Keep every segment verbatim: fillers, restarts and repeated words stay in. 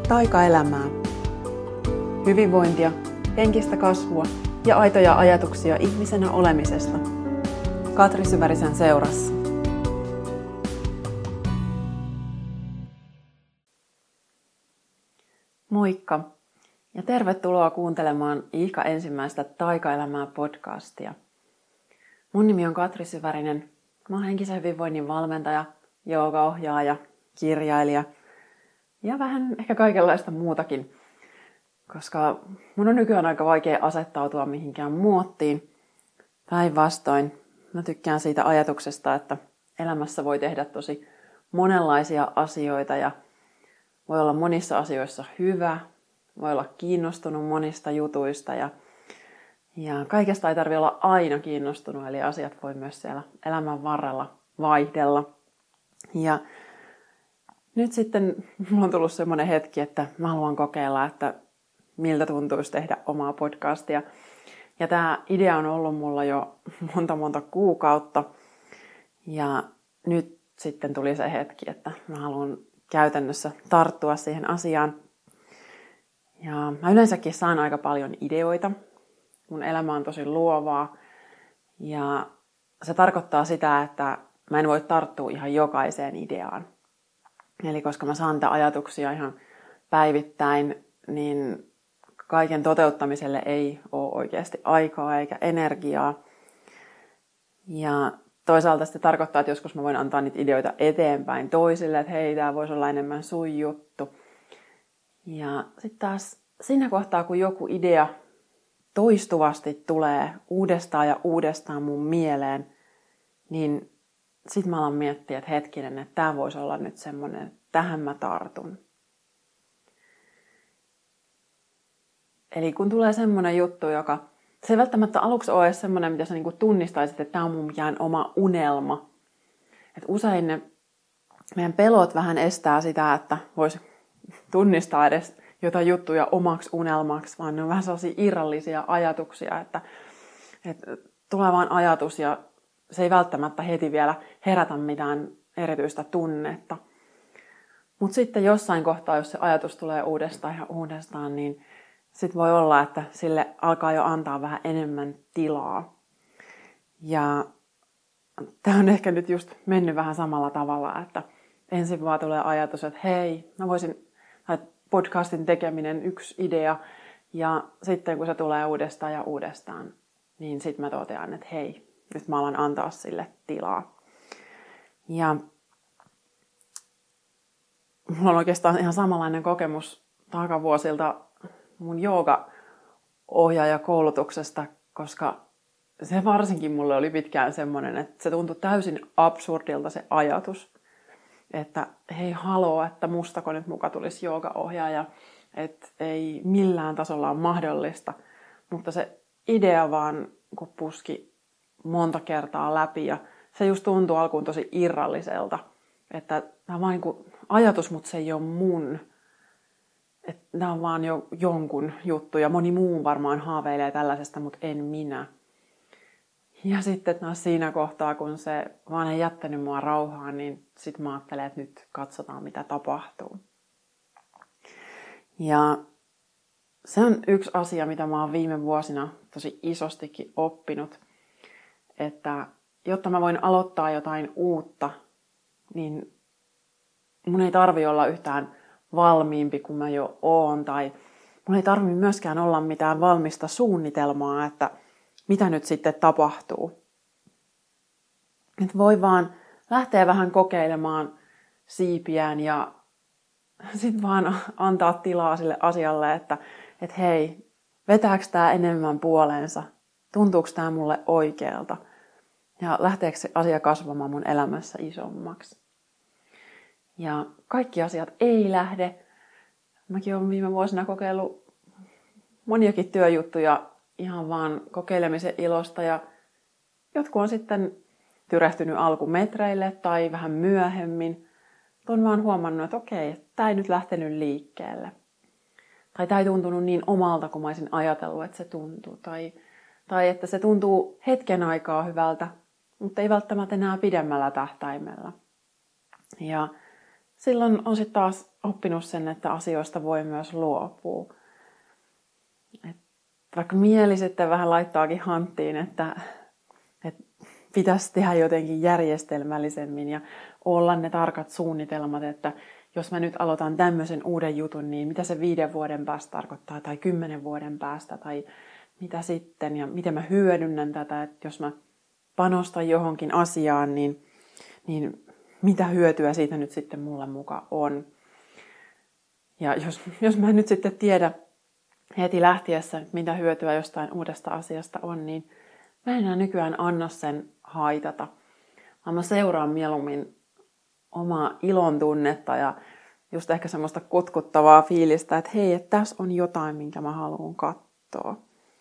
taikaelämää. Hyvinvointia, henkistä kasvua ja aitoja ajatuksia ihmisenä olemisesta. Katri Syvärisen seurassa. Moikka ja tervetuloa kuuntelemaan Iika ensimmäistä taikaelämää podcastia. Mun nimi on Katri Syvärinen. Mä oon henkisen hyvinvoinnin valmentaja, joogaohjaaja, kirjailija ja vähän ehkä kaikenlaista muutakin, koska mun on nykyään aika vaikea asettautua mihinkään muottiin. Päinvastoin mä tykkään siitä ajatuksesta, että elämässä voi tehdä tosi monenlaisia asioita ja voi olla monissa asioissa hyvä, voi olla kiinnostunut monista jutuista ja, ja kaikesta ei tarvitse olla aina kiinnostunut, eli asiat voi myös siellä elämän varrella vaihdella. Ja nyt sitten mulla on tullut semmoinen hetki, että mä haluan kokeilla, että miltä tuntuisi tehdä omaa podcastia. Ja tämä idea on ollut mulla jo monta monta kuukautta. Ja nyt sitten tuli se hetki, että mä haluan käytännössä tarttua siihen asiaan. Ja mä yleensäkin saan aika paljon ideoita. Mun elämä on tosi luovaa. Ja se tarkoittaa sitä, että mä en voi tarttua ihan jokaiseen ideaan. Eli koska mä saan niitä ajatuksia ihan päivittäin, niin kaiken toteuttamiselle ei ole oikeasti aikaa eikä energiaa. Ja toisaalta se tarkoittaa, että joskus mä voin antaa niitä ideoita eteenpäin toisille, että hei, tää voisi olla enemmän sun juttu. Ja sitten taas siinä kohtaa, kun joku idea toistuvasti tulee uudestaan ja uudestaan mun mieleen, niin sitten mä alan miettiä, että hetkinen, että tää voisi olla nyt semmoinen, että tähän mä tartun. Eli kun tulee semmoinen juttu, joka se ei välttämättä aluksi ole edes semmoinen, mitä sä niinku tunnistaisit, että tämä on mun mikään oma unelma. Et usein ne meidän pelot vähän estää sitä, että voisi tunnistaa edes jotain juttuja omaksi unelmaksi, vaan ne on vähän sellaisia irrallisia ajatuksia, että, että tulee vaan ajatus ja se ei välttämättä heti vielä herätä mitään erityistä tunnetta. Mutta sitten jossain kohtaa, jos se ajatus tulee uudestaan ja uudestaan, niin sitten voi olla, että sille alkaa jo antaa vähän enemmän tilaa. Ja tämä on ehkä nyt just mennyt vähän samalla tavalla, että ensin vaan tulee ajatus, että hei, mä voisin, tai podcastin tekeminen yksi idea, ja sitten kun se tulee uudestaan ja uudestaan, niin sitten mä totean, että hei, nyt mä alan antaa sille tilaa. Ja mulla on oikeastaan ihan samanlainen kokemus takavuosilta mun jooga-ohjaajakoulutuksesta, koska se varsinkin mulle oli pitkään semmoinen, että se tuntui täysin absurdilta se ajatus, että hei haloo, että mustako nyt muka tulisi jooga-ohjaaja, että ei millään tasolla ole mahdollista, mutta se idea vaan kun puski monta kertaa läpi ja se just tuntui alkuun tosi irralliselta, että tämä on vain niin kuin ajatus, mutta se ei ole mun. Että tämä on vaan jo jonkun juttu ja moni muu varmaan haaveilee tällaisesta, mutta en minä. Ja sitten taas siinä kohtaa, kun se vaan ei jättänyt mua rauhaan, niin sitten mä ajattelen, että nyt katsotaan mitä tapahtuu. Ja se on yksi asia, mitä mä oon viime vuosina tosi isostikin oppinut, että jotta mä voin aloittaa jotain uutta, niin mun ei tarvi olla yhtään valmiimpi kuin mä jo oon, tai mun ei tarvi myöskään olla mitään valmista suunnitelmaa, että mitä nyt sitten tapahtuu. Et voi vaan lähteä vähän kokeilemaan siipiään ja sitten vaan antaa tilaa sille asialle, että et hei, vetääkö tää enemmän puoleensa? Tuntuuko tää mulle oikealta? Ja lähteekö se asia kasvamaan mun elämässä isommaksi? Ja kaikki asiat ei lähde. Mäkin olen viime vuosina kokeillut moniakin työjuttuja ihan vaan kokeilemisen ilosta. Ja jotkut on sitten tyrehtynyt alkumetreille tai vähän myöhemmin. Olen vaan huomannut, että okei, tämä ei nyt lähtenyt liikkeelle. Tai tämä ei tuntunut niin omalta kuin mä olisin ajatellut, että se tuntuu. Tai, tai että se tuntuu hetken aikaa hyvältä, mutta ei välttämättä enää pidemmällä tähtäimellä. Ja silloin on sitten taas oppinut sen, että asioista voi myös luopua. Et vaikka mieli sitten vähän laittaakin hanttiin, että, että pitäisi tehdä jotenkin järjestelmällisemmin ja olla ne tarkat suunnitelmat, että jos mä nyt aloitan tämmöisen uuden jutun, niin mitä se viiden vuoden päästä tarkoittaa tai kymmenen vuoden päästä tai mitä sitten ja miten mä hyödynnän tätä, että jos mä panostan johonkin asiaan, niin, niin mitä hyötyä siitä nyt sitten mulla muka on. Ja jos, jos mä en nyt sitten tiedä heti lähtiessä, että mitä hyötyä jostain uudesta asiasta on, niin mä en enää nykyään anna sen haitata. Vaan mä seuraan mieluummin omaa ilon tunnetta ja just ehkä semmoista kutkuttavaa fiilistä, että hei, että tässä on jotain, minkä mä haluan katsoa.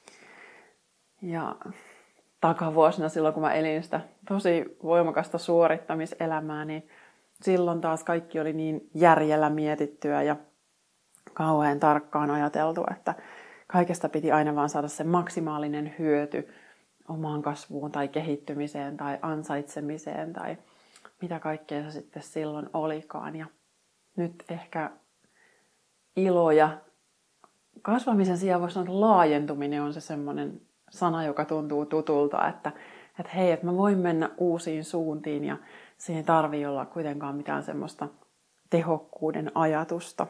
Ja takavuosina silloin, kun mä elin sitä tosi voimakasta suorittamiselämää, niin silloin taas kaikki oli niin järjellä mietittyä ja kauhean tarkkaan ajateltu, että kaikesta piti aina vaan saada se maksimaalinen hyöty omaan kasvuun tai kehittymiseen tai ansaitsemiseen tai mitä kaikkea se sitten silloin olikaan. Ja nyt ehkä ilo ja kasvamisen sijaan voisi sanoa, että laajentuminen on se semmoinen sana, joka tuntuu tutulta, että, että hei, että mä voin mennä uusiin suuntiin ja siihen ei tarvitse olla kuitenkaan mitään semmoista tehokkuuden ajatusta.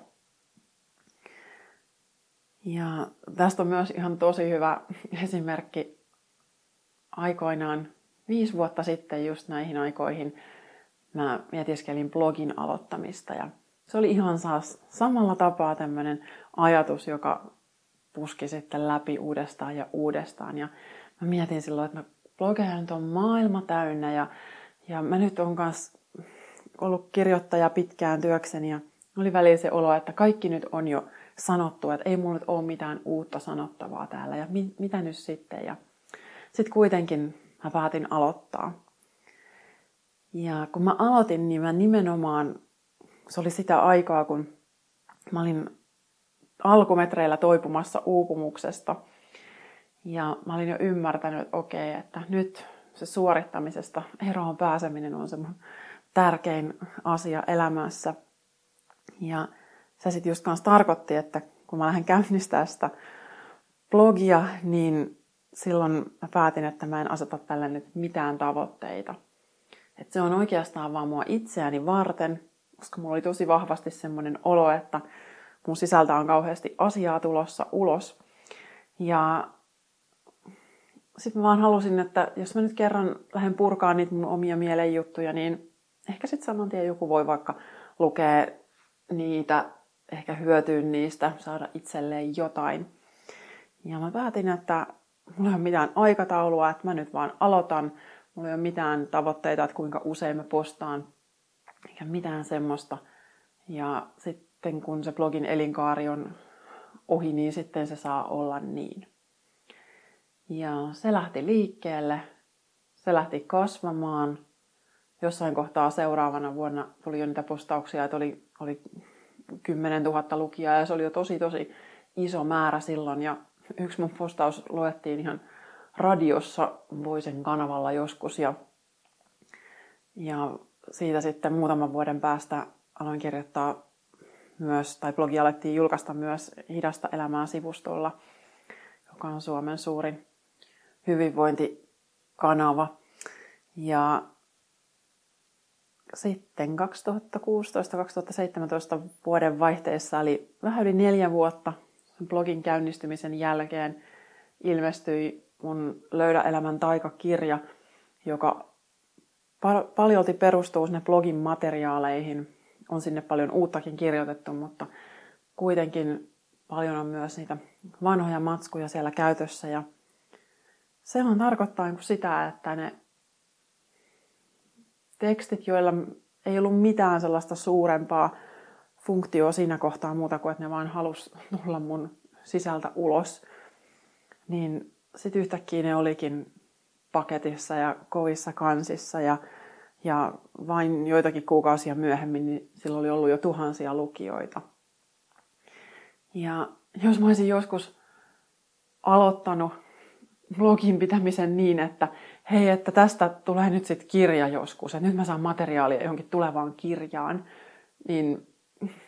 Ja tästä on myös ihan tosi hyvä esimerkki aikoinaan viisi vuotta sitten just näihin aikoihin mä mietiskelin blogin aloittamista ja se oli ihan samalla tapaa tämmöinen ajatus, joka puski sitten läpi uudestaan ja uudestaan. Ja mä mietin silloin, että no, blogeja nyt on maailma täynnä ja, ja mä nyt on kanssa ollut kirjoittaja pitkään työkseni ja oli välillä se olo, että kaikki nyt on jo sanottu, että ei mulla nyt ole mitään uutta sanottavaa täällä ja mi, mitä nyt sitten. Ja sitten kuitenkin mä päätin aloittaa. Ja kun mä aloitin, niin mä nimenomaan, se oli sitä aikaa, kun mä olin alkumetreillä toipumassa uupumuksesta. Ja mä olin jo ymmärtänyt, että okei, että nyt se suorittamisesta eroon pääseminen on se mun tärkein asia elämässä. Ja se sitten just kanssa tarkoitti, että kun mä lähden käynnistämään sitä blogia, niin silloin mä päätin, että mä en aseta tälle nyt mitään tavoitteita. Että se on oikeastaan vaan mua itseäni varten, koska mulla oli tosi vahvasti semmoinen olo, että mun sisältä on kauheasti asiaa tulossa ulos. Ja sitten mä vaan halusin, että jos mä nyt kerran lähden purkaan niitä mun omia mielenjuttuja, niin ehkä sitten saman tien joku voi vaikka lukea niitä, ehkä hyötyä niistä, saada itselleen jotain. Ja mä päätin, että mulla ei ole mitään aikataulua, että mä nyt vaan aloitan. Mulla ei ole mitään tavoitteita, että kuinka usein mä postaan, eikä mitään semmoista. Ja sitten kun se blogin elinkaari on ohi, niin sitten se saa olla niin. Ja se lähti liikkeelle, se lähti kasvamaan. Jossain kohtaa seuraavana vuonna tuli jo niitä postauksia, että oli, oli kymmenen tuhatta lukijaa ja se oli jo tosi tosi iso määrä silloin. Ja yksi mun postaus luettiin ihan radiossa Voisen kanavalla joskus ja, ja siitä sitten muutaman vuoden päästä aloin kirjoittaa myös, tai blogi alettiin julkaista myös Hidasta elämää -sivustolla, joka on Suomen suurin hyvinvointikanava. Ja sitten kaksituhattakuusitoista kaksituhattaseitsemäntoista vuoden vaihteessa, eli vähän yli neljä vuotta blogin käynnistymisen jälkeen, ilmestyi mun Löydä elämän taikakirja, joka pal- paljolti perustuu sinne blogin materiaaleihin. On sinne paljon uuttakin kirjoitettu, mutta kuitenkin paljon on myös niitä vanhoja matskuja siellä käytössä. Ja se on tarkoittaa sitä, että ne tekstit, joilla ei ollut mitään sellaista suurempaa funktioa siinä kohtaa muuta kuin, että ne vaan halusi tulla mun sisältä ulos, niin sitten yhtäkkiä ne olikin paketissa ja kovissa kansissa ja, ja vain joitakin kuukausia myöhemmin niin sillä oli ollut jo tuhansia lukijoita. Ja jos mä olisin joskus aloittanut blogin pitämisen niin, että hei, että tästä tulee nyt sitten kirja joskus, että nyt mä saan materiaalia johonkin tulevaan kirjaan, niin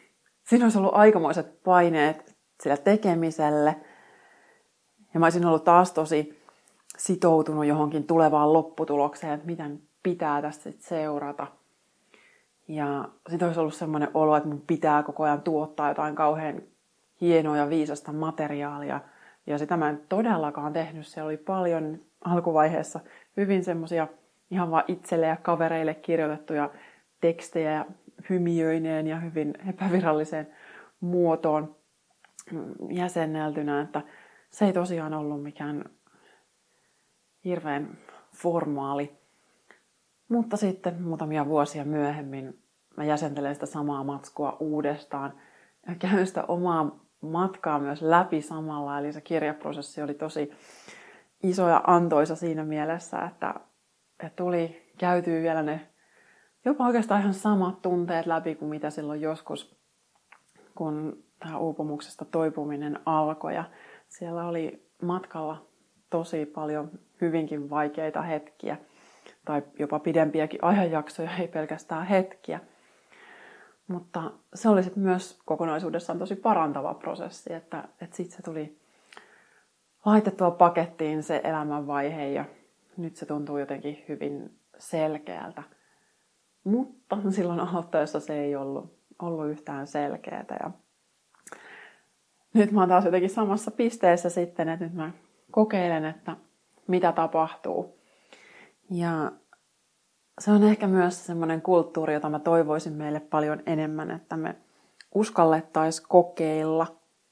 siinä olisi ollut aikamoiset paineet sillä tekemiselle. Ja mä olisin ollut taas tosi sitoutunut johonkin tulevaan lopputulokseen, että miten pitää tästä sit seurata. Ja sitten olisi ollut semmoinen olo, että mun pitää koko ajan tuottaa jotain kauhean hienoa ja viisasta materiaalia. Ja sitä mä en todellakaan tehnyt. Siellä oli paljon alkuvaiheessa hyvin semmoisia ihan vaan itselle ja kavereille kirjoitettuja tekstejä ja hymiöineen ja hyvin epäviralliseen muotoon jäsenneltynä. Että se ei tosiaan ollut mikään hirveän formaali. Mutta sitten muutamia vuosia myöhemmin mä jäsentelen sitä samaa matskua uudestaan ja käyn sitä omaa matkaa myös läpi samalla. Eli se kirjaprosessi oli tosi iso ja antoisa siinä mielessä, että, että tuli käytyy vielä ne jopa oikeastaan ihan samat tunteet läpi kuin mitä silloin joskus, kun tämä uupumuksesta toipuminen alkoi. Ja siellä oli matkalla tosi paljon hyvinkin vaikeita hetkiä tai jopa pidempiäkin ajanjaksoja, ei pelkästään hetkiä. Mutta se oli sitten myös kokonaisuudessaan tosi parantava prosessi, että, että sitten se tuli laitettua pakettiin se elämänvaihe ja nyt se tuntuu jotenkin hyvin selkeältä. Mutta silloin aloittaessa se ei ollut, ollut yhtään selkeätä. Ja nyt mä oon taas jotenkin samassa pisteessä sitten, että nyt mä kokeilen, että mitä tapahtuu. Ja se on ehkä myös semmoinen kulttuuri, jota mä toivoisin meille paljon enemmän, että me uskallettaisiin kokeilla.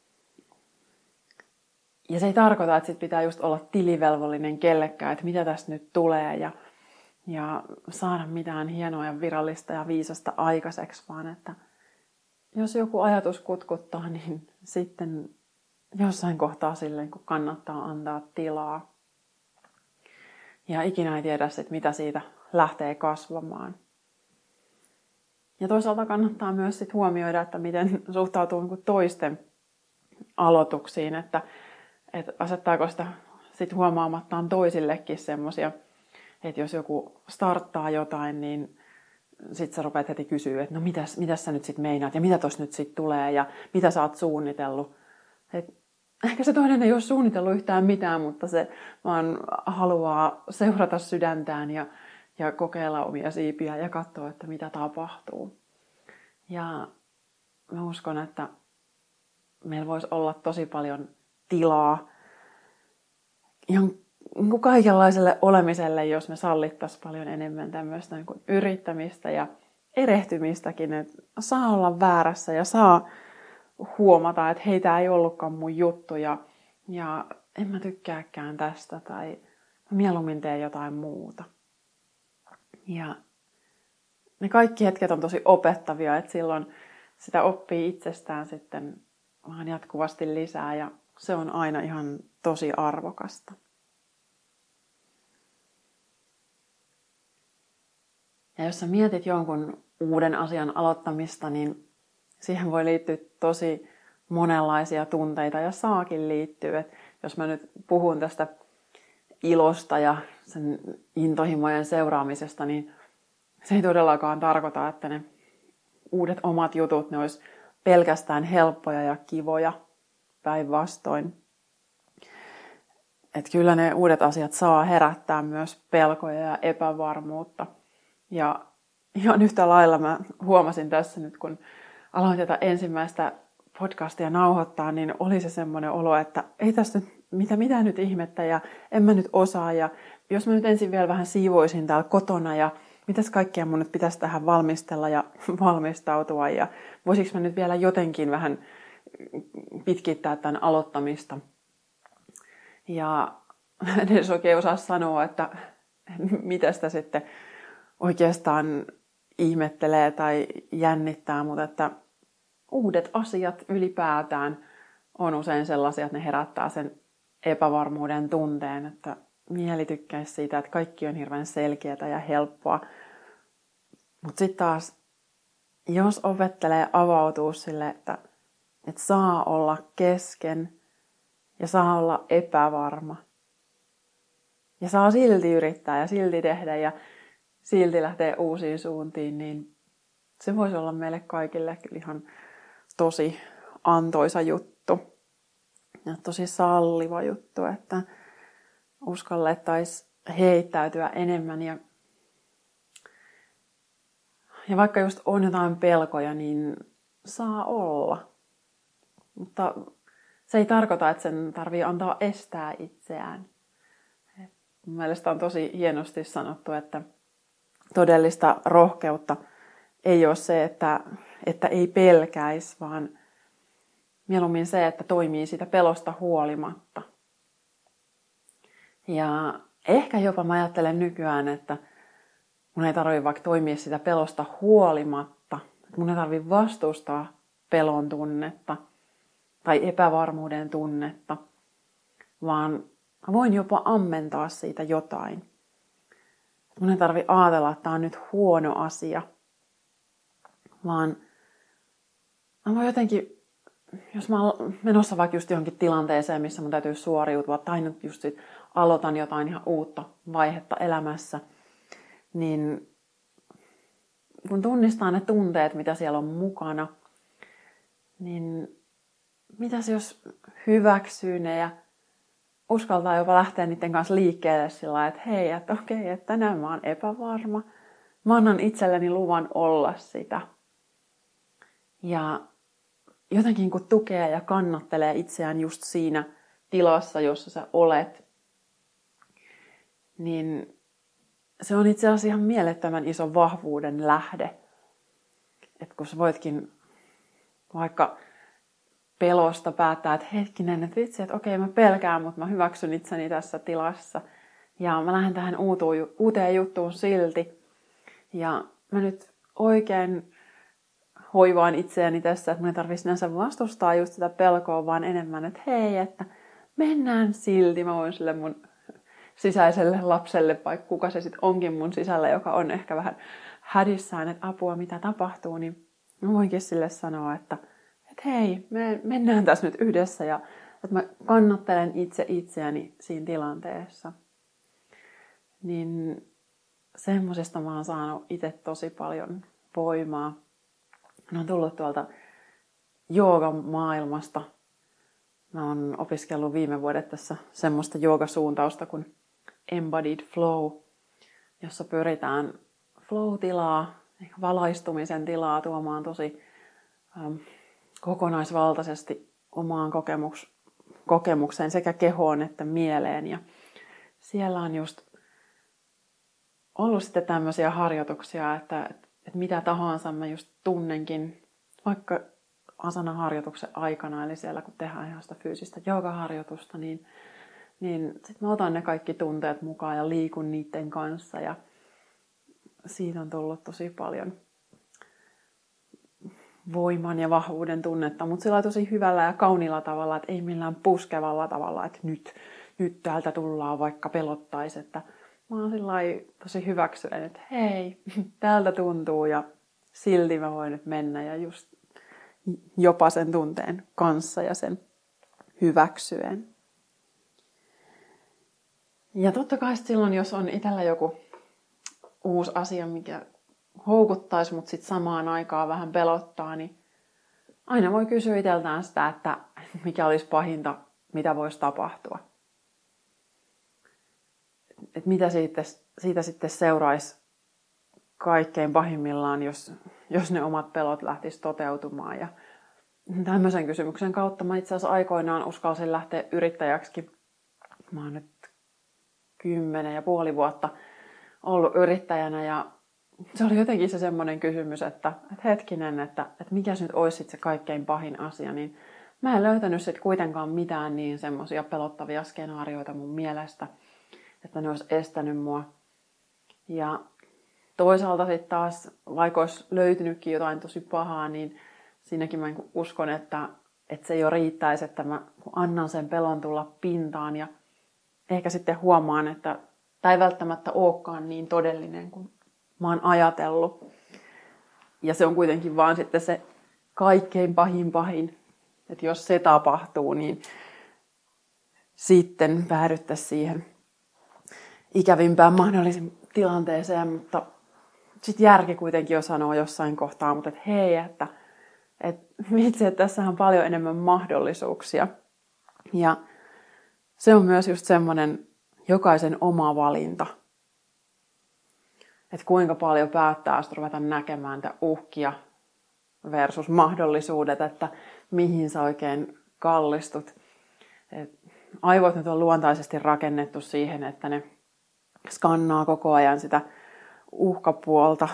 Ja se ei tarkoita, että sit pitää just olla tilivelvollinen kellekään, että mitä tästä nyt tulee ja, ja saada mitään hienoa ja virallista ja viisasta aikaiseksi, vaan että jos joku ajatus kutkuttaa, niin sitten jossain kohtaa silleen, kun kannattaa antaa tilaa. Ja ikinä ei tiedä sit, mitä siitä lähtee kasvamaan. Ja toisaalta kannattaa myös sit huomioida, että miten suhtautuu niin kuin toisten aloituksiin, että, että asettaako sitä sit huomaamattaan toisillekin semmoisia, että jos joku starttaa jotain, niin sit sä rupeat heti kysyä, että no mitäs, mitäs sä nyt sit meinaat ja mitä tossa nyt sit tulee ja mitä sä oot suunnitellut. Et ehkä se toinen ei ole suunnitellut yhtään mitään, mutta se vaan haluaa seurata sydäntään ja, ja kokeilla omia siipiä ja katsoa, että mitä tapahtuu. Ja mä uskon, että meillä voisi olla tosi paljon tilaa ihan kaikenlaiselle olemiselle, jos me sallittaisiin paljon enemmän tämmöistä niin kuin yrittämistä ja erehtymistäkin, että saa olla väärässä ja saa huomata, että hei, tää ei ollutkaan mun juttu ja, ja en mä tykkääkään tästä tai mieluummin teen jotain muuta. Ja ne kaikki hetket on tosi opettavia, että silloin sitä oppii itsestään sitten vaan jatkuvasti lisää ja se on aina ihan tosi arvokasta. Ja jos sä mietit jonkun uuden asian aloittamista, niin siihen voi liittyä tosi monenlaisia tunteita ja saakin liittyä. Et jos mä nyt puhun tästä ilosta ja sen intohimojen seuraamisesta, niin se ei todellakaan tarkoita, että ne uudet omat jutut, ne olisi pelkästään helppoja ja kivoja päinvastoin. Että kyllä ne uudet asiat saa herättää myös pelkoja ja epävarmuutta. Ja ihan yhtä lailla mä huomasin tässä nyt, kun aloin tätä ensimmäistä podcastia nauhoittaa, niin oli se semmoinen olo, että ei tästä nyt, mitä, mitä nyt ihmettä ja en mä nyt osaa. Ja jos mä nyt ensin vielä vähän siivoisin täällä kotona ja mitäs kaikkea mun nyt pitäisi tähän valmistella ja valmistautua ja voisinko mä nyt vielä jotenkin vähän pitkittää tämän aloittamista. Ja en edes oikein osaa sanoa, että mitä sitä sitten oikeastaan ihmettelee tai jännittää, mutta että uudet asiat ylipäätään on usein sellaisia, että ne herättää sen epävarmuuden tunteen, että mieli tykkäisi siitä, että kaikki on hirveän selkeää ja helppoa. Mutta sitten taas, jos opettelee avautua sille, että, että saa olla kesken ja saa olla epävarma ja saa silti yrittää ja silti tehdä ja silti lähtee uusiin suuntiin, niin se voisi olla meille kaikille ihan tosi antoisa juttu ja tosi salliva juttu, että uskallettaisiin heittäytyä enemmän. Ja, ja vaikka just on jotain pelkoja, niin saa olla. Mutta se ei tarkoita, että sen tarvii antaa estää itseään. Mun mielestä on tosi hienosti sanottu, että todellista rohkeutta ei ole se, että, että ei pelkäisi, vaan mieluummin se, että toimii siitä pelosta huolimatta. Ja ehkä jopa mä ajattelen nykyään, että mun ei tarvitse vaikka toimia sitä pelosta huolimatta. Mun ei tarvitse vastustaa pelon tunnetta tai epävarmuuden tunnetta, vaan voin jopa ammentaa siitä jotain. Mun ei tarvitse ajatella, että tämä on nyt huono asia, vaan mä voin jotenkin, jos mä oon menossa vaikka just johonkin tilanteeseen, missä mun täytyy suoriutua, tai nyt just sit aloitan jotain ihan uutta vaihetta elämässä, niin kun tunnistaa ne tunteet, mitä siellä on mukana, niin mitäs jos hyväksyy ne ja uskaltaa jopa lähteä niiden kanssa liikkeelle sillä lailla, että hei, että okei, että tänään mä oon epävarma. Mä annan itselleni luvan olla sitä. Ja jotenkin kun tukee ja kannattelee itseään just siinä tilassa, jossa sä olet, niin se on itse asiassa ihan mielettömän iso vahvuuden lähde. Että kun sä voitkin vaikka pelosta päättää, että hetkinen, että vitsi, että okei mä pelkään, mutta mä hyväksyn itseni tässä tilassa. Ja mä lähden tähän uuteen juttuun silti. Ja mä nyt oikein hoivaan itseäni tässä, että mun ei tarvitse sinänsä vastustaa just sitä pelkoa, vaan enemmän, että hei, että mennään silti. Mä voin sille mun sisäiselle lapselle, vaikka kuka se sitten onkin mun sisällä, joka on ehkä vähän hädissään, että apua mitä tapahtuu, niin mä voinkin sille sanoa, että että hei, me mennään tässä nyt yhdessä ja että mä kannattelen itse itseäni siinä tilanteessa. Niin semmosesta mä oon saanut itse tosi paljon voimaa. Mä oon tullut tuolta joogan maailmasta. Mä oon opiskellut viime vuodet tässä semmoista joogasuuntausta kuin Embodied Flow, jossa pyritään flow-tilaa, valaistumisen tilaa tuomaan tosi ähm, kokonaisvaltaisesti omaan kokemuks- kokemukseen sekä kehoon että mieleen. Ja siellä on just ollut sitten tämmöisiä harjoituksia, että, että mitä tahansa mä just tunnenkin, vaikka asana-harjoituksen aikana, eli siellä kun tehdään ihan sitä fyysistä joogaharjoitusta, niin, niin sitten mä otan ne kaikki tunteet mukaan ja liikun niiden kanssa. Ja siitä on tullut tosi paljon voiman ja vahvuuden tunnetta, mutta sillä tosi hyvällä ja kauniilla tavalla, että ei millään puskevalla tavalla, että nyt, nyt täältä tullaan vaikka pelottaisi, että mä oon sillai tosi hyväksyen, että hei, täältä tuntuu ja silti mä voin nyt mennä ja just jopa sen tunteen kanssa ja sen hyväksyen. Ja totta kai silloin, jos on itsellä joku uusi asia, mikä houkuttaisi, mutta sitten samaan aikaan vähän pelottaa, niin aina voi kysyä itseltään sitä, että mikä olisi pahinta, mitä voisi tapahtua. Että mitä siitä, siitä sitten seuraisi kaikkein pahimmillaan, jos, jos ne omat pelot lähtisivät toteutumaan. Ja tämmöisen kysymyksen kautta mä itse asiassa aikoinaan uskalsin lähteä yrittäjäksikin. Mä oon nyt kymmenen ja puoli vuotta ollut yrittäjänä ja se oli jotenkin se semmoinen kysymys, että, että hetkinen, että, että mikä nyt olisi sit se kaikkein pahin asia, niin mä en löytänyt sit kuitenkaan mitään niin semmoisia pelottavia skenaarioita mun mielestä, että ne olisi estänyt mua. Ja toisaalta sitten taas, vaikka olisi löytynytkin jotain tosi pahaa, niin siinäkin mä uskon, että, että se jo riittäisi, että mä annan sen pelon tulla pintaan ja ehkä sitten huomaan, että tämä ei välttämättä olekaan niin todellinen kuin mä oon ajatellut. Ja se on kuitenkin vaan sitten se kaikkein pahin pahin. Että jos se tapahtuu, niin sitten päädyttäisiin siihen ikävimpään mahdolliseen tilanteeseen. Mutta sitten järki kuitenkin jo sanoo jossain kohtaa, mutta että hei, että että vitsi, että tässä on paljon enemmän mahdollisuuksia. Ja se on myös just semmoinen jokaisen oma valinta. Että kuinka paljon päättää sitten ruveta näkemään niitä uhkia versus mahdollisuudet, että mihin sä oikein kallistut. Et aivot nyt on luontaisesti rakennettu siihen, että ne skannaa koko ajan sitä uhkapuolta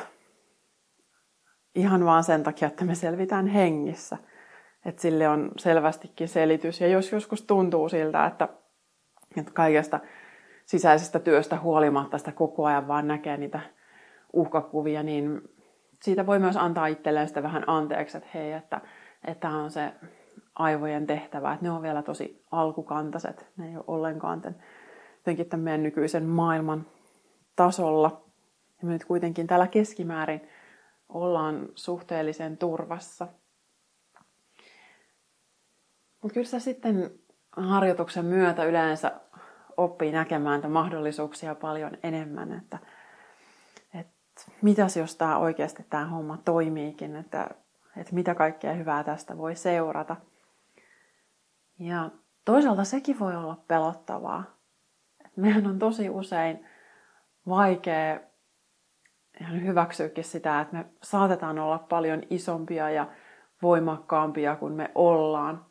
ihan vaan sen takia, että me selvitään hengissä. Että sille on selvästikin selitys. Ja jos joskus tuntuu siltä, että, että kaikesta sisäisestä työstä huolimatta sitä koko ajan vaan näkee niitä uhkakuvia, niin siitä voi myös antaa itselleen sitä vähän anteeksi, että hei, että tämä on se aivojen tehtävä, että ne on vielä tosi alkukantaiset. Ne ei ole ollenkaan tämän, jotenkin tämän meidän nykyisen maailman tasolla. Ja me nyt kuitenkin täällä keskimäärin ollaan suhteellisen turvassa. Mutta kyllä se sitten harjoituksen myötä yleensä oppii näkemään tämän mahdollisuuksia paljon enemmän, että, että mitäs jos tämä oikeasti tämä homma toimiikin, että, että mitä kaikkea hyvää tästä voi seurata. Ja toisaalta sekin voi olla pelottavaa. Meidän on tosi usein vaikea ihan hyväksyäkin sitä, että me saatetaan olla paljon isompia ja voimakkaampia kuin me ollaan.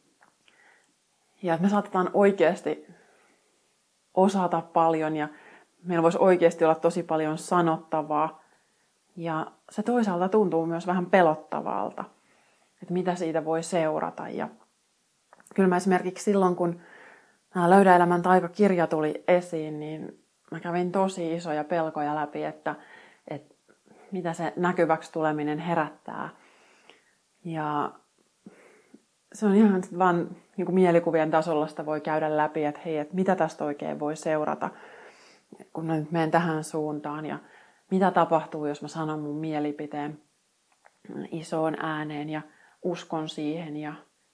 Ja että me saatetaan oikeasti osata paljon ja meillä voisi oikeasti olla tosi paljon sanottavaa. Ja se toisaalta tuntuu myös vähän pelottavalta, että mitä siitä voi seurata. Ja kyllä mä esimerkiksi silloin, kun Löydä elämän taikakirja tuli esiin, niin mä kävin tosi isoja pelkoja läpi, että, että mitä se näkyväksi tuleminen herättää. Ja se on ihan vaan niin kuin mielikuvien tasolla sitä voi käydä läpi, että hei, että mitä tästä oikein voi seurata, kun mä nyt menen tähän suuntaan. Ja mitä tapahtuu, jos mä sanon mun mielipiteen isoon ääneen ja uskon siihen. Ja,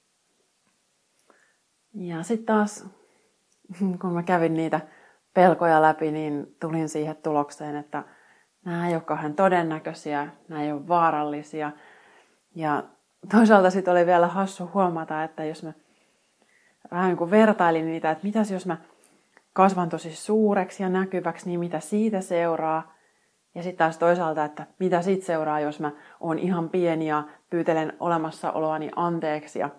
ja sitten taas, kun mä kävin niitä pelkoja läpi, niin tulin siihen tulokseen, että nämä ei ole kauhean todennäköisiä, nämä ei ole vaarallisia. Ja toisaalta sitten oli vielä hassu huomata, että jos mä vähän niin kuin vertailin niitä, että mitäs jos mä kasvan tosi suureksi ja näkyväksi, niin mitä siitä seuraa. Ja sitten taas toisaalta, että mitä siitä seuraa, jos mä oon ihan pieni ja pyytelen olemassaoloani anteeksi ja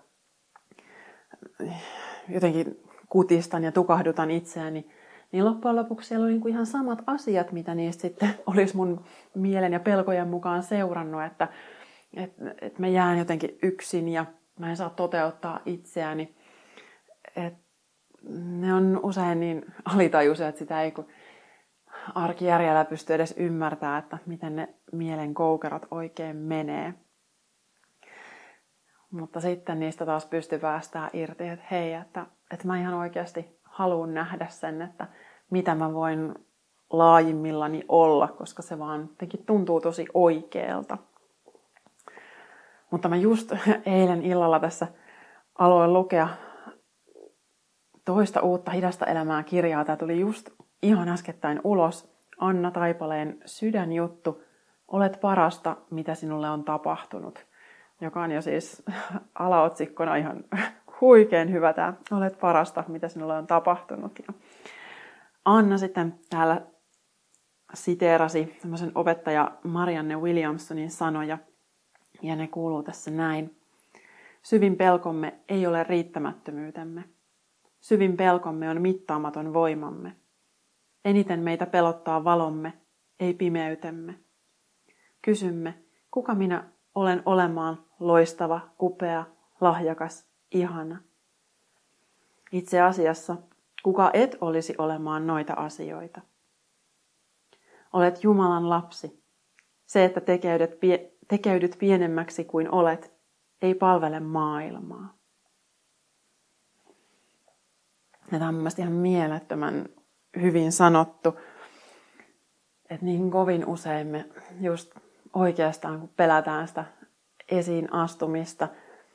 jotenkin kutistan ja tukahdutan itseäni. Niin loppujen lopuksi siellä oli niin kuin ihan samat asiat, mitä niistä sitten olisi mun mielen ja pelkojen mukaan seurannut, että Että et mä jään jotenkin yksin ja mä en saa toteuttaa itseäni. Et ne on usein niin alitajuisia, että sitä ei kun arkijärjellä pysty edes ymmärtämään, että miten ne mielen koukerot oikein menee. Mutta sitten niistä taas pystyy päästään irti, että hei, että, että mä ihan oikeasti haluan nähdä sen, että mitä mä voin laajimmillani olla, koska se vaan jotenkin tuntuu tosi oikealta. Mutta mä just eilen illalla tässä aloin lukea toista uutta Hidasta elämää -kirjaa. Tämä tuli just ihan äskettäin ulos. Anna Taipaleen Sydänjuttu. Olet parasta, mitä sinulle on tapahtunut. Joka on jo siis alaotsikkona ihan huikein hyvä tämä. Olet parasta, mitä sinulle on tapahtunut. Ja Anna sitten täällä siteerasi semmoisen opettaja Marianne Williamsonin sanoja. Ja ne kuuluu tässä näin. Syvin pelkomme ei ole riittämättömyytemme. Syvin pelkomme on mittaamaton voimamme. Eniten meitä pelottaa valomme, ei pimeytemme. Kysymme, kuka minä olen olemaan loistava, upea, lahjakas, ihana. Itse asiassa, kuka et olisi olemaan noita asioita. Olet Jumalan lapsi. Se, että tekeydyt, pie- tekeydyt pienemmäksi kuin olet, ei palvele maailmaa. Ja tämä on mielestäni ihan mielettömän hyvin sanottu, että niin kovin usein me just oikeastaan, kun pelätään sitä esiin astumista,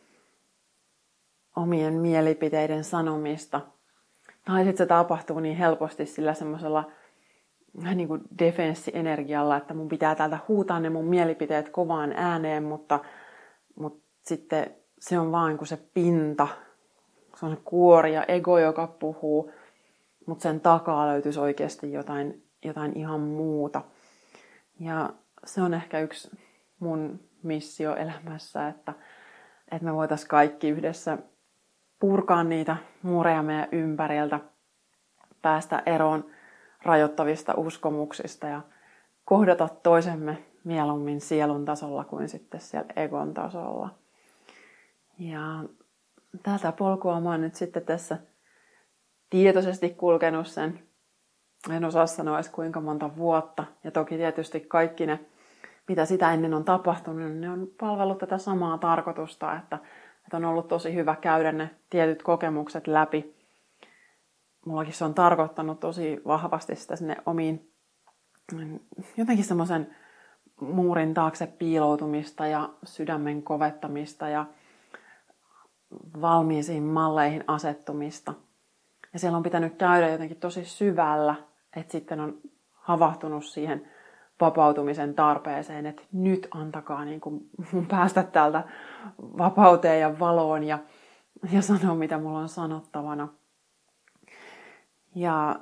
omien mielipiteiden sanomista, tai sitten se tapahtuu niin helposti sillä semmoisella niin kuin defenssienergialla, että mun pitää täältä huutaa ne mun mielipiteet kovaan ääneen, mutta, mutta sitten se on vaan kuin se pinta, se on se kuori ja ego, joka puhuu, mutta sen takaa löytyisi oikeasti jotain, jotain ihan muuta. Ja se on ehkä yksi mun missio elämässä, että, että me voitaisiin kaikki yhdessä purkaa niitä muureja meidän ympäriltä, päästä eroon rajoittavista uskomuksista ja kohdata toisemme mieluummin sielun tasolla kuin sitten siellä egon tasolla. Ja tätä polkua mä oon nyt sitten tässä tietoisesti kulkenut sen, en osaa sanoa edes kuinka monta vuotta. Ja toki tietysti kaikki ne, mitä sitä ennen on tapahtunut, ne on palvellut tätä samaa tarkoitusta, että, että on ollut tosi hyvä käydä ne tietyt kokemukset läpi. Mullakin se on tarkoittanut tosi vahvasti sitä sinne omiin, jotenkin semmoisen muurin taakse piiloutumista ja sydämen kovettamista ja valmiisiin malleihin asettumista. Ja siellä on pitänyt käydä jotenkin tosi syvällä, että sitten on havahtunut siihen vapautumisen tarpeeseen, että nyt antakaa niin kuin mun päästä täältä vapauteen ja valoon ja, ja sanoa, mitä mulla on sanottavana. Ja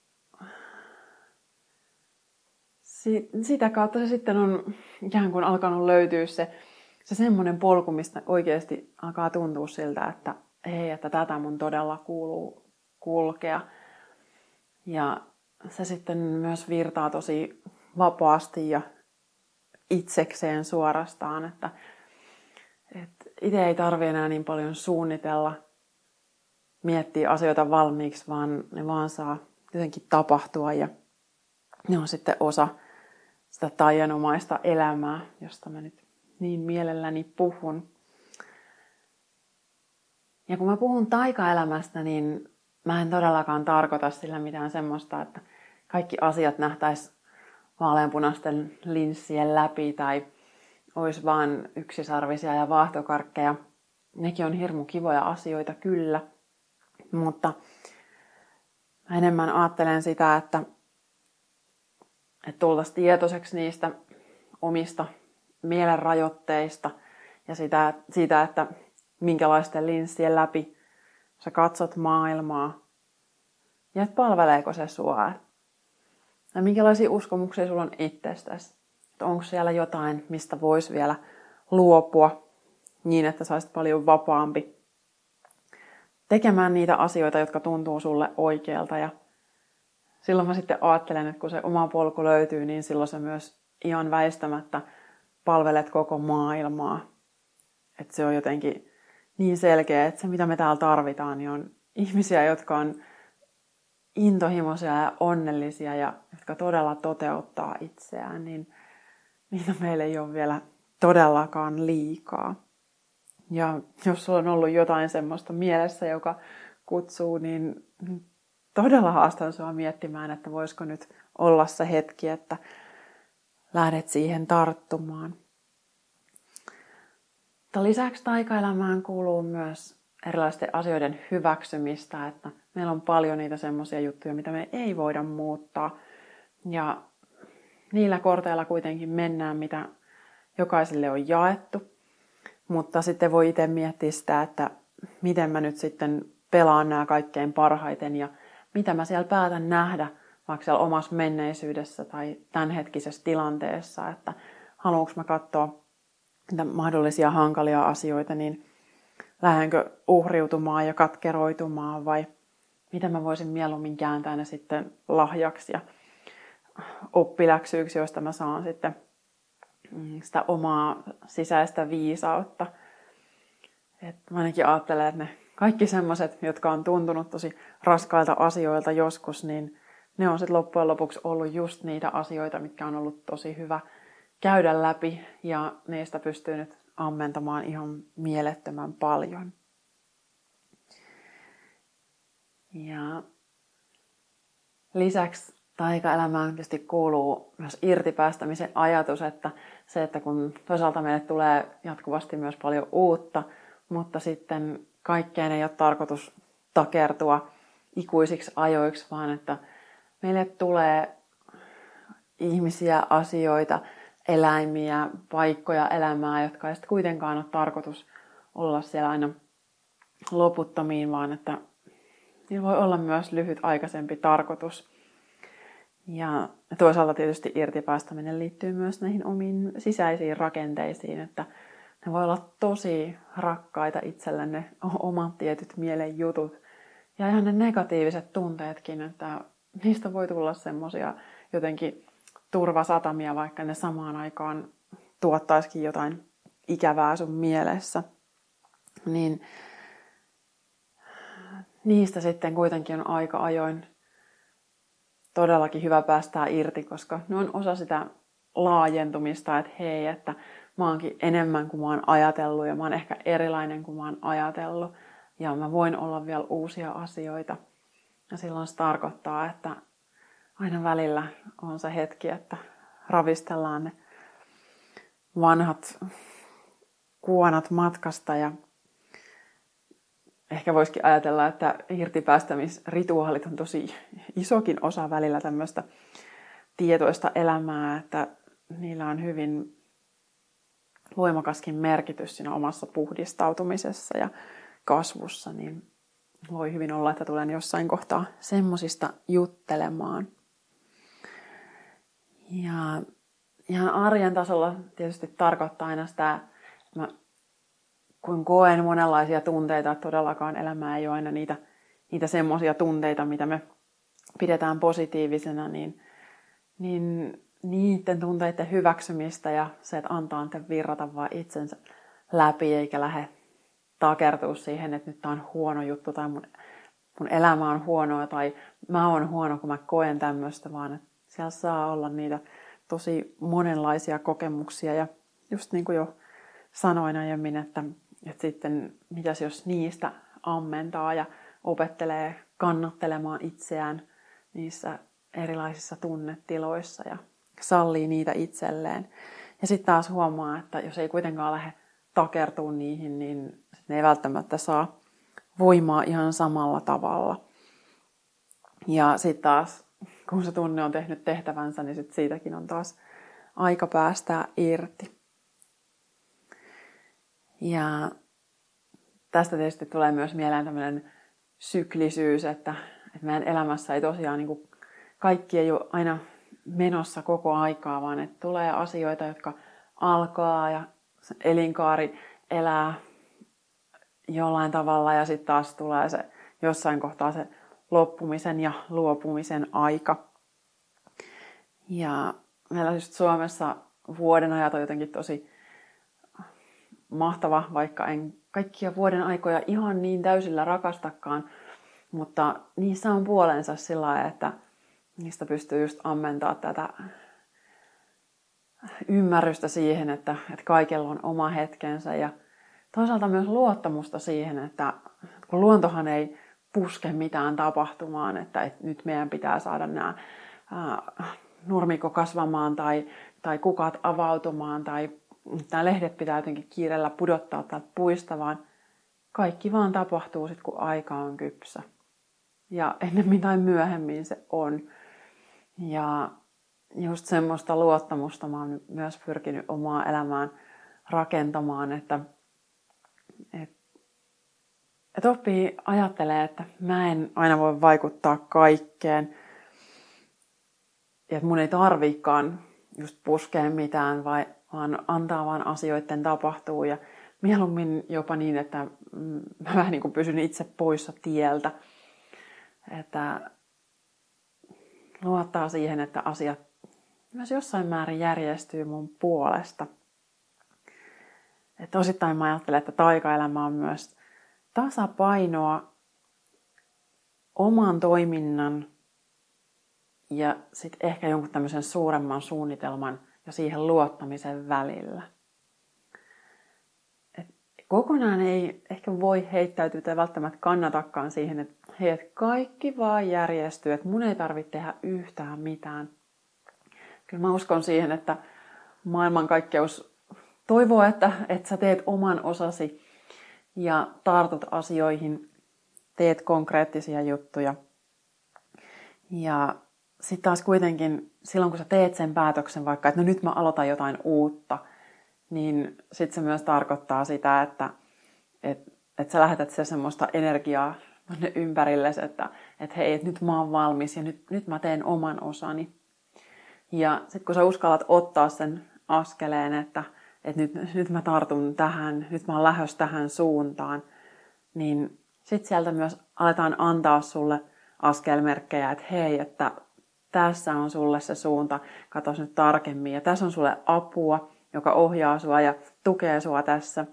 si, sitä kautta se sitten on ikään kuin alkanut löytyä se, se semmoinen polku, mistä oikeasti alkaa tuntua siltä, että hei, että tätä mun todella kuuluu kulkea. Ja se sitten myös virtaa tosi vapaasti ja itsekseen suorastaan, että, että itse ei tarvitse enää niin paljon suunnitella, miettiä asioita valmiiksi, vaan ne vaan saa jotenkin tapahtua ja ne on sitten osa sitä taianomaista elämää, josta mä nyt niin mielelläni puhun. Ja kun mä puhun taikaelämästä, niin mä en todellakaan tarkoita sillä mitään semmoista, että kaikki asiat nähtäisi vaaleanpunaisten linssien läpi tai olisi vaan yksisarvisia ja vaahtokarkkeja. Nekin on hirmu kivoja asioita kyllä, mutta mä enemmän ajattelen sitä, että, että tultaisiin tietoiseksi niistä omista mielenrajoitteista ja sitä, siitä, että minkälaisten linssien läpi sä katsot maailmaa ja että palveleeko se sua. Ja minkälaisia uskomuksia sulla on itsestäsi. Että onko siellä jotain, mistä voisi vielä luopua niin, että sä olisit paljon vapaampi tekemään niitä asioita, jotka tuntuu sulle oikealta. Ja silloin mä sitten ajattelen, että kun se oma polku löytyy, niin silloin sä myös ihan väistämättä palvelet koko maailmaa. Että se on jotenkin niin selkeä, että se mitä me täällä tarvitaan, niin on ihmisiä, jotka on intohimoisia ja onnellisia ja jotka todella toteuttaa itseään, niin niitä meillä ei ole vielä todellakaan liikaa. Ja jos sulla on ollut jotain semmoista mielessä, joka kutsuu, niin todella haastan sua miettimään, että voisiko nyt olla se hetki, että lähdet siihen tarttumaan. Mutta lisäksi taikaelämään kuuluu myös erilaisten asioiden hyväksymistä, että meillä on paljon niitä semmoisia juttuja, mitä me ei voida muuttaa. Ja niillä korteilla kuitenkin mennään, mitä jokaiselle on jaettu. Mutta sitten voi itse miettiä sitä, että miten mä nyt sitten pelaan nämä kaikkein parhaiten ja mitä mä siellä päätän nähdä, vaikka siellä omassa menneisyydessä tai tämänhetkisessä tilanteessa, että haluanko mä katsoa niitä mahdollisia hankalia asioita, niin lähdenkö uhriutumaan ja katkeroitumaan vai mitä mä voisin mieluummin kääntää ne sitten lahjaksi ja oppiläksyiksi, joista mä saan sitten sitä omaa sisäistä viisautta. Et mä ainakin ajattelen, että ne kaikki semmoiset, jotka on tuntunut tosi raskailta asioilta joskus, niin ne on sitten loppujen lopuksi ollut just niitä asioita, mitkä on ollut tosi hyvä käydä läpi ja niistä pystyy nyt ammentamaan ihan mielettömän paljon. Ja lisäksi taikaelämään tietysti kuuluu myös irtipäästämisen ajatus, että se, että kun toisaalta meille tulee jatkuvasti myös paljon uutta, mutta sitten kaikkeen ei ole tarkoitus takertua ikuisiksi ajoiksi, vaan että meille tulee ihmisiä, asioita, eläimiä, paikkoja elämää, jotka ei sitten kuitenkaan ole tarkoitus olla siellä aina loputtomiin, vaan että niillä voi olla myös lyhyt aikaisempi tarkoitus. Ja toisaalta tietysti irtipäästäminen liittyy myös näihin omiin sisäisiin rakenteisiin, että ne voi olla tosi rakkaita itselle ne omat tietyt mielen jutut. Ja ihan ne negatiiviset tunteetkin, että niistä voi tulla semmoisia jotenkin turvasatamia, vaikka ne samaan aikaan tuottaisikin jotain ikävää sun mielessä. Niin niistä sitten kuitenkin on aika ajoin todellakin hyvä päästää irti, koska ne on osa sitä laajentumista, että hei, että mä oonkin enemmän kuin mä oon ajatellut ja mä oon ehkä erilainen kuin mä oon ajatellut ja mä voin olla vielä uusia asioita. Ja silloin se tarkoittaa, että aina välillä on se hetki, että ravistellaan ne vanhat kuonat matkasta ja ehkä voisikin ajatella, että irtipäästämisrituaalit on tosi isokin osa välillä tämmöistä tietoista elämää, että niillä on hyvin voimakaskin merkitys siinä omassa puhdistautumisessa ja kasvussa, niin voi hyvin olla, että tulen jossain kohtaa semmosista juttelemaan. Ja ihan arjen tasolla tietysti tarkoittaa aina sitä, että mä kun koen monenlaisia tunteita, että todellakaan elämä ei ole aina niitä, niitä semmoisia tunteita, mitä me pidetään positiivisena, niin, niin niiden tunteiden hyväksymistä ja se, että antaa niiden virrata vaan itsensä läpi, eikä lähde takertua siihen, että nyt tämä on huono juttu tai mun, mun elämä on huonoa tai mä oon huono, kun mä koen tämmöistä, vaan että siellä saa olla niitä tosi monenlaisia kokemuksia ja just niin kuin jo sanoin aiemmin, että, että sitten mitäs jos niistä ammentaa ja opettelee kannattelemaan itseään niissä erilaisissa tunnetiloissa ja sallii niitä itselleen. Ja sitten taas huomaa, että jos ei kuitenkaan lähde takertua niihin, niin ne ei välttämättä saa voimaa ihan samalla tavalla. Ja sitten taas, kun se tunne on tehnyt tehtävänsä, niin sit siitäkin on taas aika päästää irti. Ja tästä tietysti tulee myös mieleen tämmöinen syklisyys, että, että meidän elämässä ei tosiaan niin kuin kaikki ei ole aina menossa koko aikaa, vaan että tulee asioita, jotka alkaa ja elinkaari elää jollain tavalla ja sitten taas tulee se jossain kohtaa se loppumisen ja luopumisen aika. Ja meillä just Suomessa vuoden ajat on jotenkin tosi mahtava, vaikka en kaikkia vuoden aikoja ihan niin täysillä rakastakaan, mutta niissä on puolensa sillä lailla, että niistä pystyy just ammentaa tätä ymmärrystä siihen, että, että kaikella on oma hetkensä ja toisaalta myös luottamusta siihen, että kun luontohan ei puske mitään tapahtumaan, että, että nyt meidän pitää saada nämä ää, nurmikko kasvamaan tai, tai kukat avautumaan tai nämä lehdet pitää jotenkin kiireellä pudottaa täältä puista, vaan kaikki vaan tapahtuu sitten, kun aika on kypsä. Ja ennemmin tai myöhemmin se on. Ja just semmoista luottamusta mä oon myös pyrkinyt omaa elämään rakentamaan, että, että, että oppii ajattelee, että mä en aina voi vaikuttaa kaikkeen. Ja että mun ei tarviikaan just puskea mitään, vai, vaan antaa vaan asioiden tapahtua. Ja mieluummin jopa niin, että mä vähän niin kuin pysyn itse poissa tieltä. Että luottaa siihen, että asiat myös jossain määrin järjestyy mun puolesta. Että osittain mä ajattelen, että taikaelämä on myös tasapainoa oman toiminnan ja sitten ehkä jonkun tämmöisen suuremman suunnitelman ja siihen luottamisen välillä. Et kokonaan ei ehkä voi heittäytyä tai välttämättä kannatakaan siihen, että hei, et kaikki vaan järjestyy, että mun ei tarvitse tehdä yhtään mitään. Kyllä mä uskon siihen, että maailmankaikkeus toivoo, että, että sä teet oman osasi ja tartut asioihin, teet konkreettisia juttuja. Ja sitten taas kuitenkin silloin, kun sä teet sen päätöksen vaikka, että no nyt mä aloitan jotain uutta, niin sitten se myös tarkoittaa sitä, että, että et sä lähetät se semmoista energiaa tonne ympärille, että et hei, et nyt mä oon valmis ja nyt, nyt mä teen oman osani. Ja sitten kun sä uskallat ottaa sen askeleen, että et nyt, nyt mä tartun tähän, nyt mä oon lähdössä tähän suuntaan, niin sitten sieltä myös aletaan antaa sulle askelmerkkejä, että hei, että tässä on sulle se suunta, katos nyt tarkemmin. Ja tässä on sulle apua, joka ohjaa sua ja tukee sua tässä.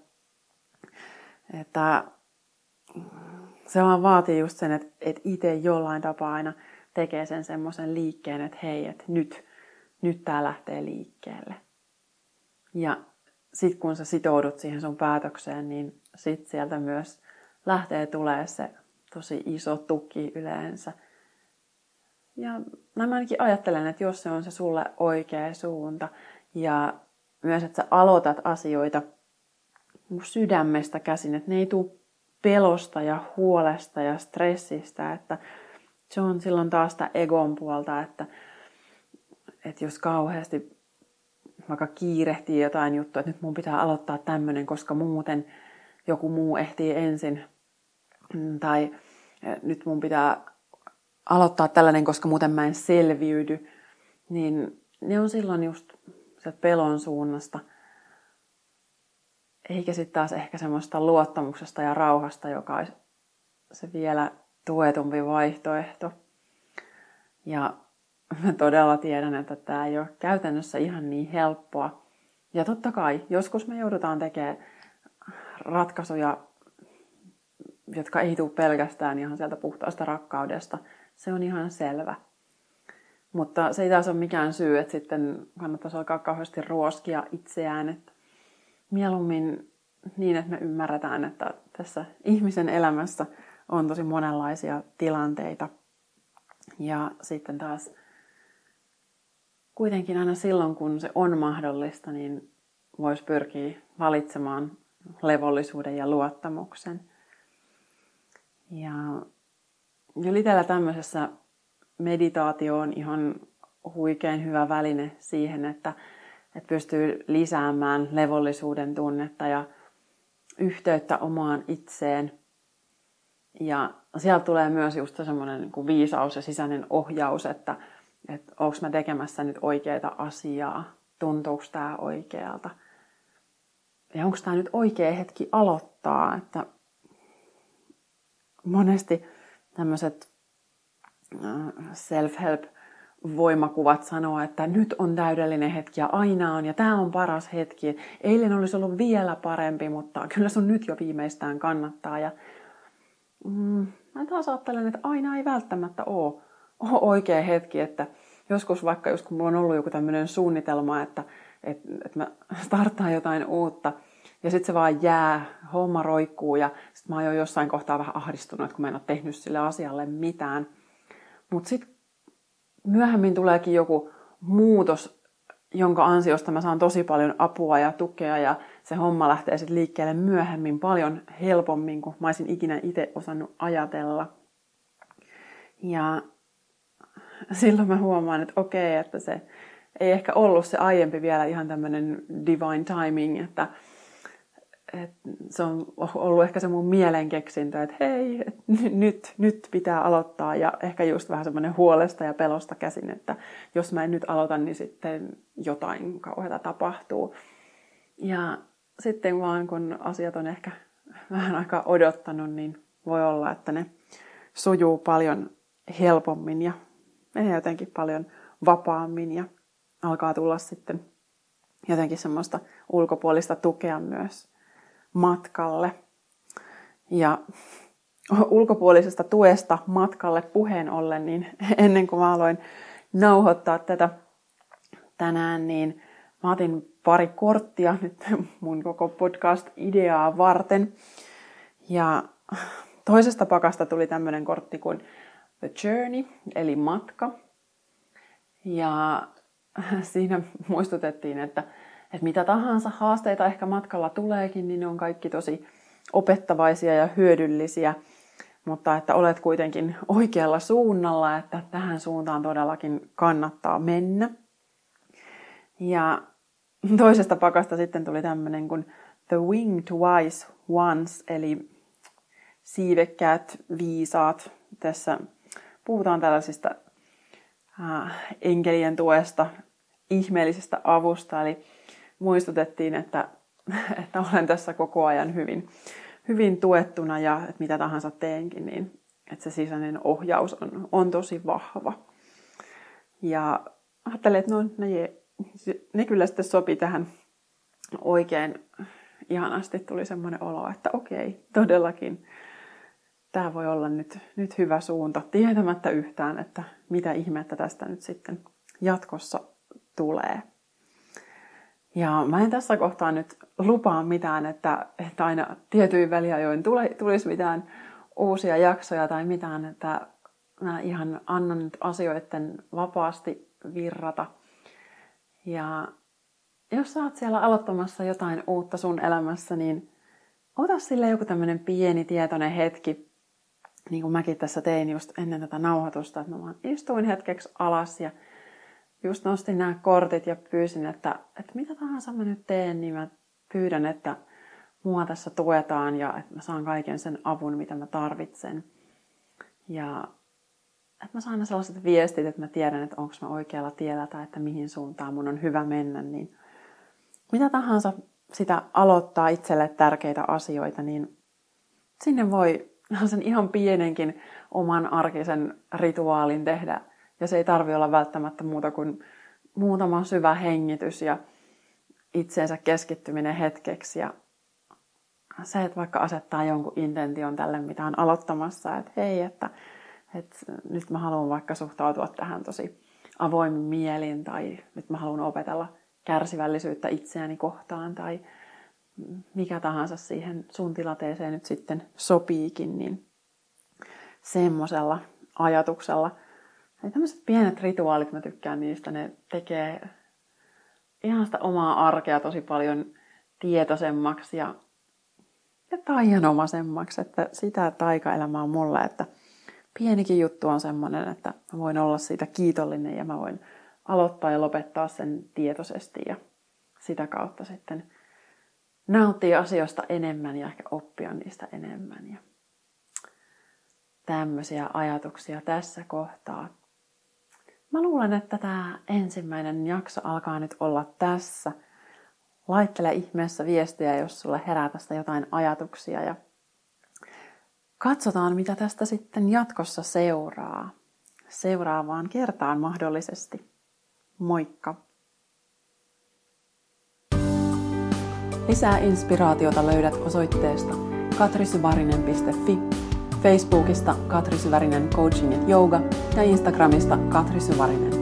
Että se vaan vaatii just sen, että, että itse jollain tapaa aina tekee sen semmoisen liikkeen, että hei, että nyt, nyt tää lähtee liikkeelle. Ja sit kun sä sitoudut siihen sun päätökseen, niin sit sieltä myös lähtee tulee se tosi iso tuki yleensä. Ja mä ainakin ajattelen, että jos se on se sulle oikea suunta ja myös, että sä aloitat asioita sydämestä käsin, että ne ei tule pelosta ja huolesta ja stressistä, että se on silloin taas sitä egon puolta, että, että jos kauheasti vaikka kiirehtii jotain juttua, että nyt mun pitää aloittaa tämmöinen, koska muuten joku muu ehtii ensin, tai nyt mun pitää aloittaa tällainen, koska muuten mä en selviydy, niin ne on silloin just se pelon suunnasta. Eikä sitten taas ehkä semmoista luottamuksesta ja rauhasta, joka olisi se vielä tuetumpi vaihtoehto. Ja mä todella tiedän, että tämä ei ole käytännössä ihan niin helppoa. Ja totta kai, joskus me joudutaan tekemään ratkaisuja, jotka ei tule pelkästään ihan sieltä puhtaasta rakkaudesta. Se on ihan selvä. Mutta se ei taas ole mikään syy, että sitten kannattaisi alkaa kauheasti ruoskia itseään. Että mieluummin niin, että me ymmärretään, että tässä ihmisen elämässä on tosi monenlaisia tilanteita. Ja sitten taas kuitenkin aina silloin, kun se on mahdollista, niin voisi pyrkiä valitsemaan levollisuuden ja luottamuksen. Ja kyllä itsellä tämmöisessä meditaatio on ihan huikein hyvä väline siihen, että, että pystyy lisäämään levollisuuden tunnetta ja yhteyttä omaan itseen. Ja sieltä tulee myös just semmoinen niin kuin viisaus ja sisäinen ohjaus, että, että onko mä tekemässä nyt oikeaa asiaa, tuntuuko tämä oikealta. Ja onko tämä nyt oikea hetki aloittaa, että monesti tämmöiset self-help-voimakuvat sanoo, että nyt on täydellinen hetki ja aina on ja tämä on paras hetki. Eilen olisi ollut vielä parempi, mutta kyllä sun nyt jo viimeistään kannattaa. Ja mm, mä taas ajattelen, että aina ei välttämättä ole, ole oikea hetki. Että joskus vaikka just kun mulla on ollut joku tämmöinen suunnitelma, että, että, että mä startaan jotain uutta, ja sitten se vaan jää, homma roikkuu ja sitten mä oon jo jossain kohtaa vähän ahdistunut, kun mä en ole tehnyt sille asialle mitään. Mutta sitten myöhemmin tuleekin joku muutos, jonka ansiosta mä saan tosi paljon apua ja tukea ja se homma lähtee sitten liikkeelle myöhemmin paljon helpommin, kuin mä olisin ikinä itse osannut ajatella. Ja silloin mä huomaan, että okei, että se ei ehkä ollut se aiempi vielä ihan tämmöinen divine timing, että Et se on ollut ehkä se mun mielenkeksintö, että hei, et nyt, nyt pitää aloittaa ja ehkä just vähän semmoinen huolesta ja pelosta käsin, että jos mä en nyt aloita, niin sitten jotain kauheata tapahtuu. Ja sitten vaan kun asiat on ehkä vähän aikaa odottanut, niin voi olla, että ne sujuu paljon helpommin ja menee jotenkin paljon vapaammin ja alkaa tulla sitten jotenkin semmoista ulkopuolista tukea myös matkalle. Ja ulkopuolisesta tuesta matkalle puheen ollen, niin ennen kuin mä aloin nauhoittaa tätä tänään, niin mä otin pari korttia nyt mun koko podcast-ideaa varten. Ja toisesta pakasta tuli tämmöinen kortti kuin The Journey, eli matka. Ja siinä muistutettiin, että että mitä tahansa haasteita ehkä matkalla tuleekin, niin ne on kaikki tosi opettavaisia ja hyödyllisiä, mutta että olet kuitenkin oikealla suunnalla, että tähän suuntaan todellakin kannattaa mennä. Ja toisesta pakasta sitten tuli tämmöinen kuin The Winged Wise Ones, eli siivekkäät viisaat. Tässä puhutaan tällaisista äh, enkelien tuesta, ihmeellisestä avusta, eli muistutettiin, että, että olen tässä koko ajan hyvin, hyvin tuettuna ja että mitä tahansa teenkin, niin että se sisäinen ohjaus on, on tosi vahva. Ja ajattelin, että no, ne, ne kyllä sitten sopi tähän oikein ihanasti. Tuli semmoinen olo, että okei, todellakin tämä voi olla nyt, nyt hyvä suunta, tietämättä yhtään, että mitä ihmettä tästä nyt sitten jatkossa tulee. Ja mä en tässä kohtaa nyt lupaa mitään, että, että aina tietyin väliajoin tulisi mitään uusia jaksoja tai mitään, että mä ihan annan nyt asioiden vapaasti virrata. Ja jos sä oot siellä aloittamassa jotain uutta sun elämässä, niin ota sille joku tämmönen pieni tietoinen hetki, niin kuin mäkin tässä tein just ennen tätä nauhoitusta, että mä vaan istuin hetkeksi alas ja just nostin nämä kortit ja pyysin, että, että mitä tahansa mä nyt teen, niin mä pyydän, että mua tässä tuetaan ja että mä saan kaiken sen avun, mitä mä tarvitsen. Ja että mä saan ne sellaiset viestit, että mä tiedän, että onko mä oikealla tiellä tai että mihin suuntaan mun on hyvä mennä. Niin mitä tahansa sitä aloittaa itselle tärkeitä asioita, niin sinne voi sen ihan pienenkin oman arkisen rituaalin tehdä. Ja se ei tarvitse olla välttämättä muuta kuin muutama syvä hengitys ja itseensä keskittyminen hetkeksi. Ja se, että vaikka asettaa jonkun intention tälle, mitä on aloittamassa, että hei, että, että nyt mä haluan vaikka suhtautua tähän tosi avoimin mielin, tai nyt mä haluan opetella kärsivällisyyttä itseäni kohtaan, tai mikä tahansa siihen sun tilanteeseen nyt sitten sopiikin, niin semmoisella ajatuksella. Eli tämmöiset pienet rituaalit, mä tykkään niistä, ne tekee ihan sitä omaa arkea tosi paljon tietoisemmaksi ja, ja taianomaisemmaksi, että sitä taikaelämä on mulle, että pienikin juttu on semmoinen, että mä voin olla siitä kiitollinen ja mä voin aloittaa ja lopettaa sen tietoisesti ja sitä kautta sitten nauttia asioista enemmän ja ehkä oppia niistä enemmän. Ja tämmöisiä ajatuksia tässä kohtaa. Mä luulen, että tämä ensimmäinen jakso alkaa nyt olla tässä. Laittele ihmeessä viestiä, jos sulle herää tästä jotain ajatuksia. Ja katsotaan, mitä tästä sitten jatkossa seuraa. Seuraavaan kertaan mahdollisesti. Moikka! Lisää inspiraatiota löydät osoitteesta katrisyvarinen piste fi, Facebookista Katri Syvärinen Coaching and Yoga ja Instagramista Katri Syvärinen.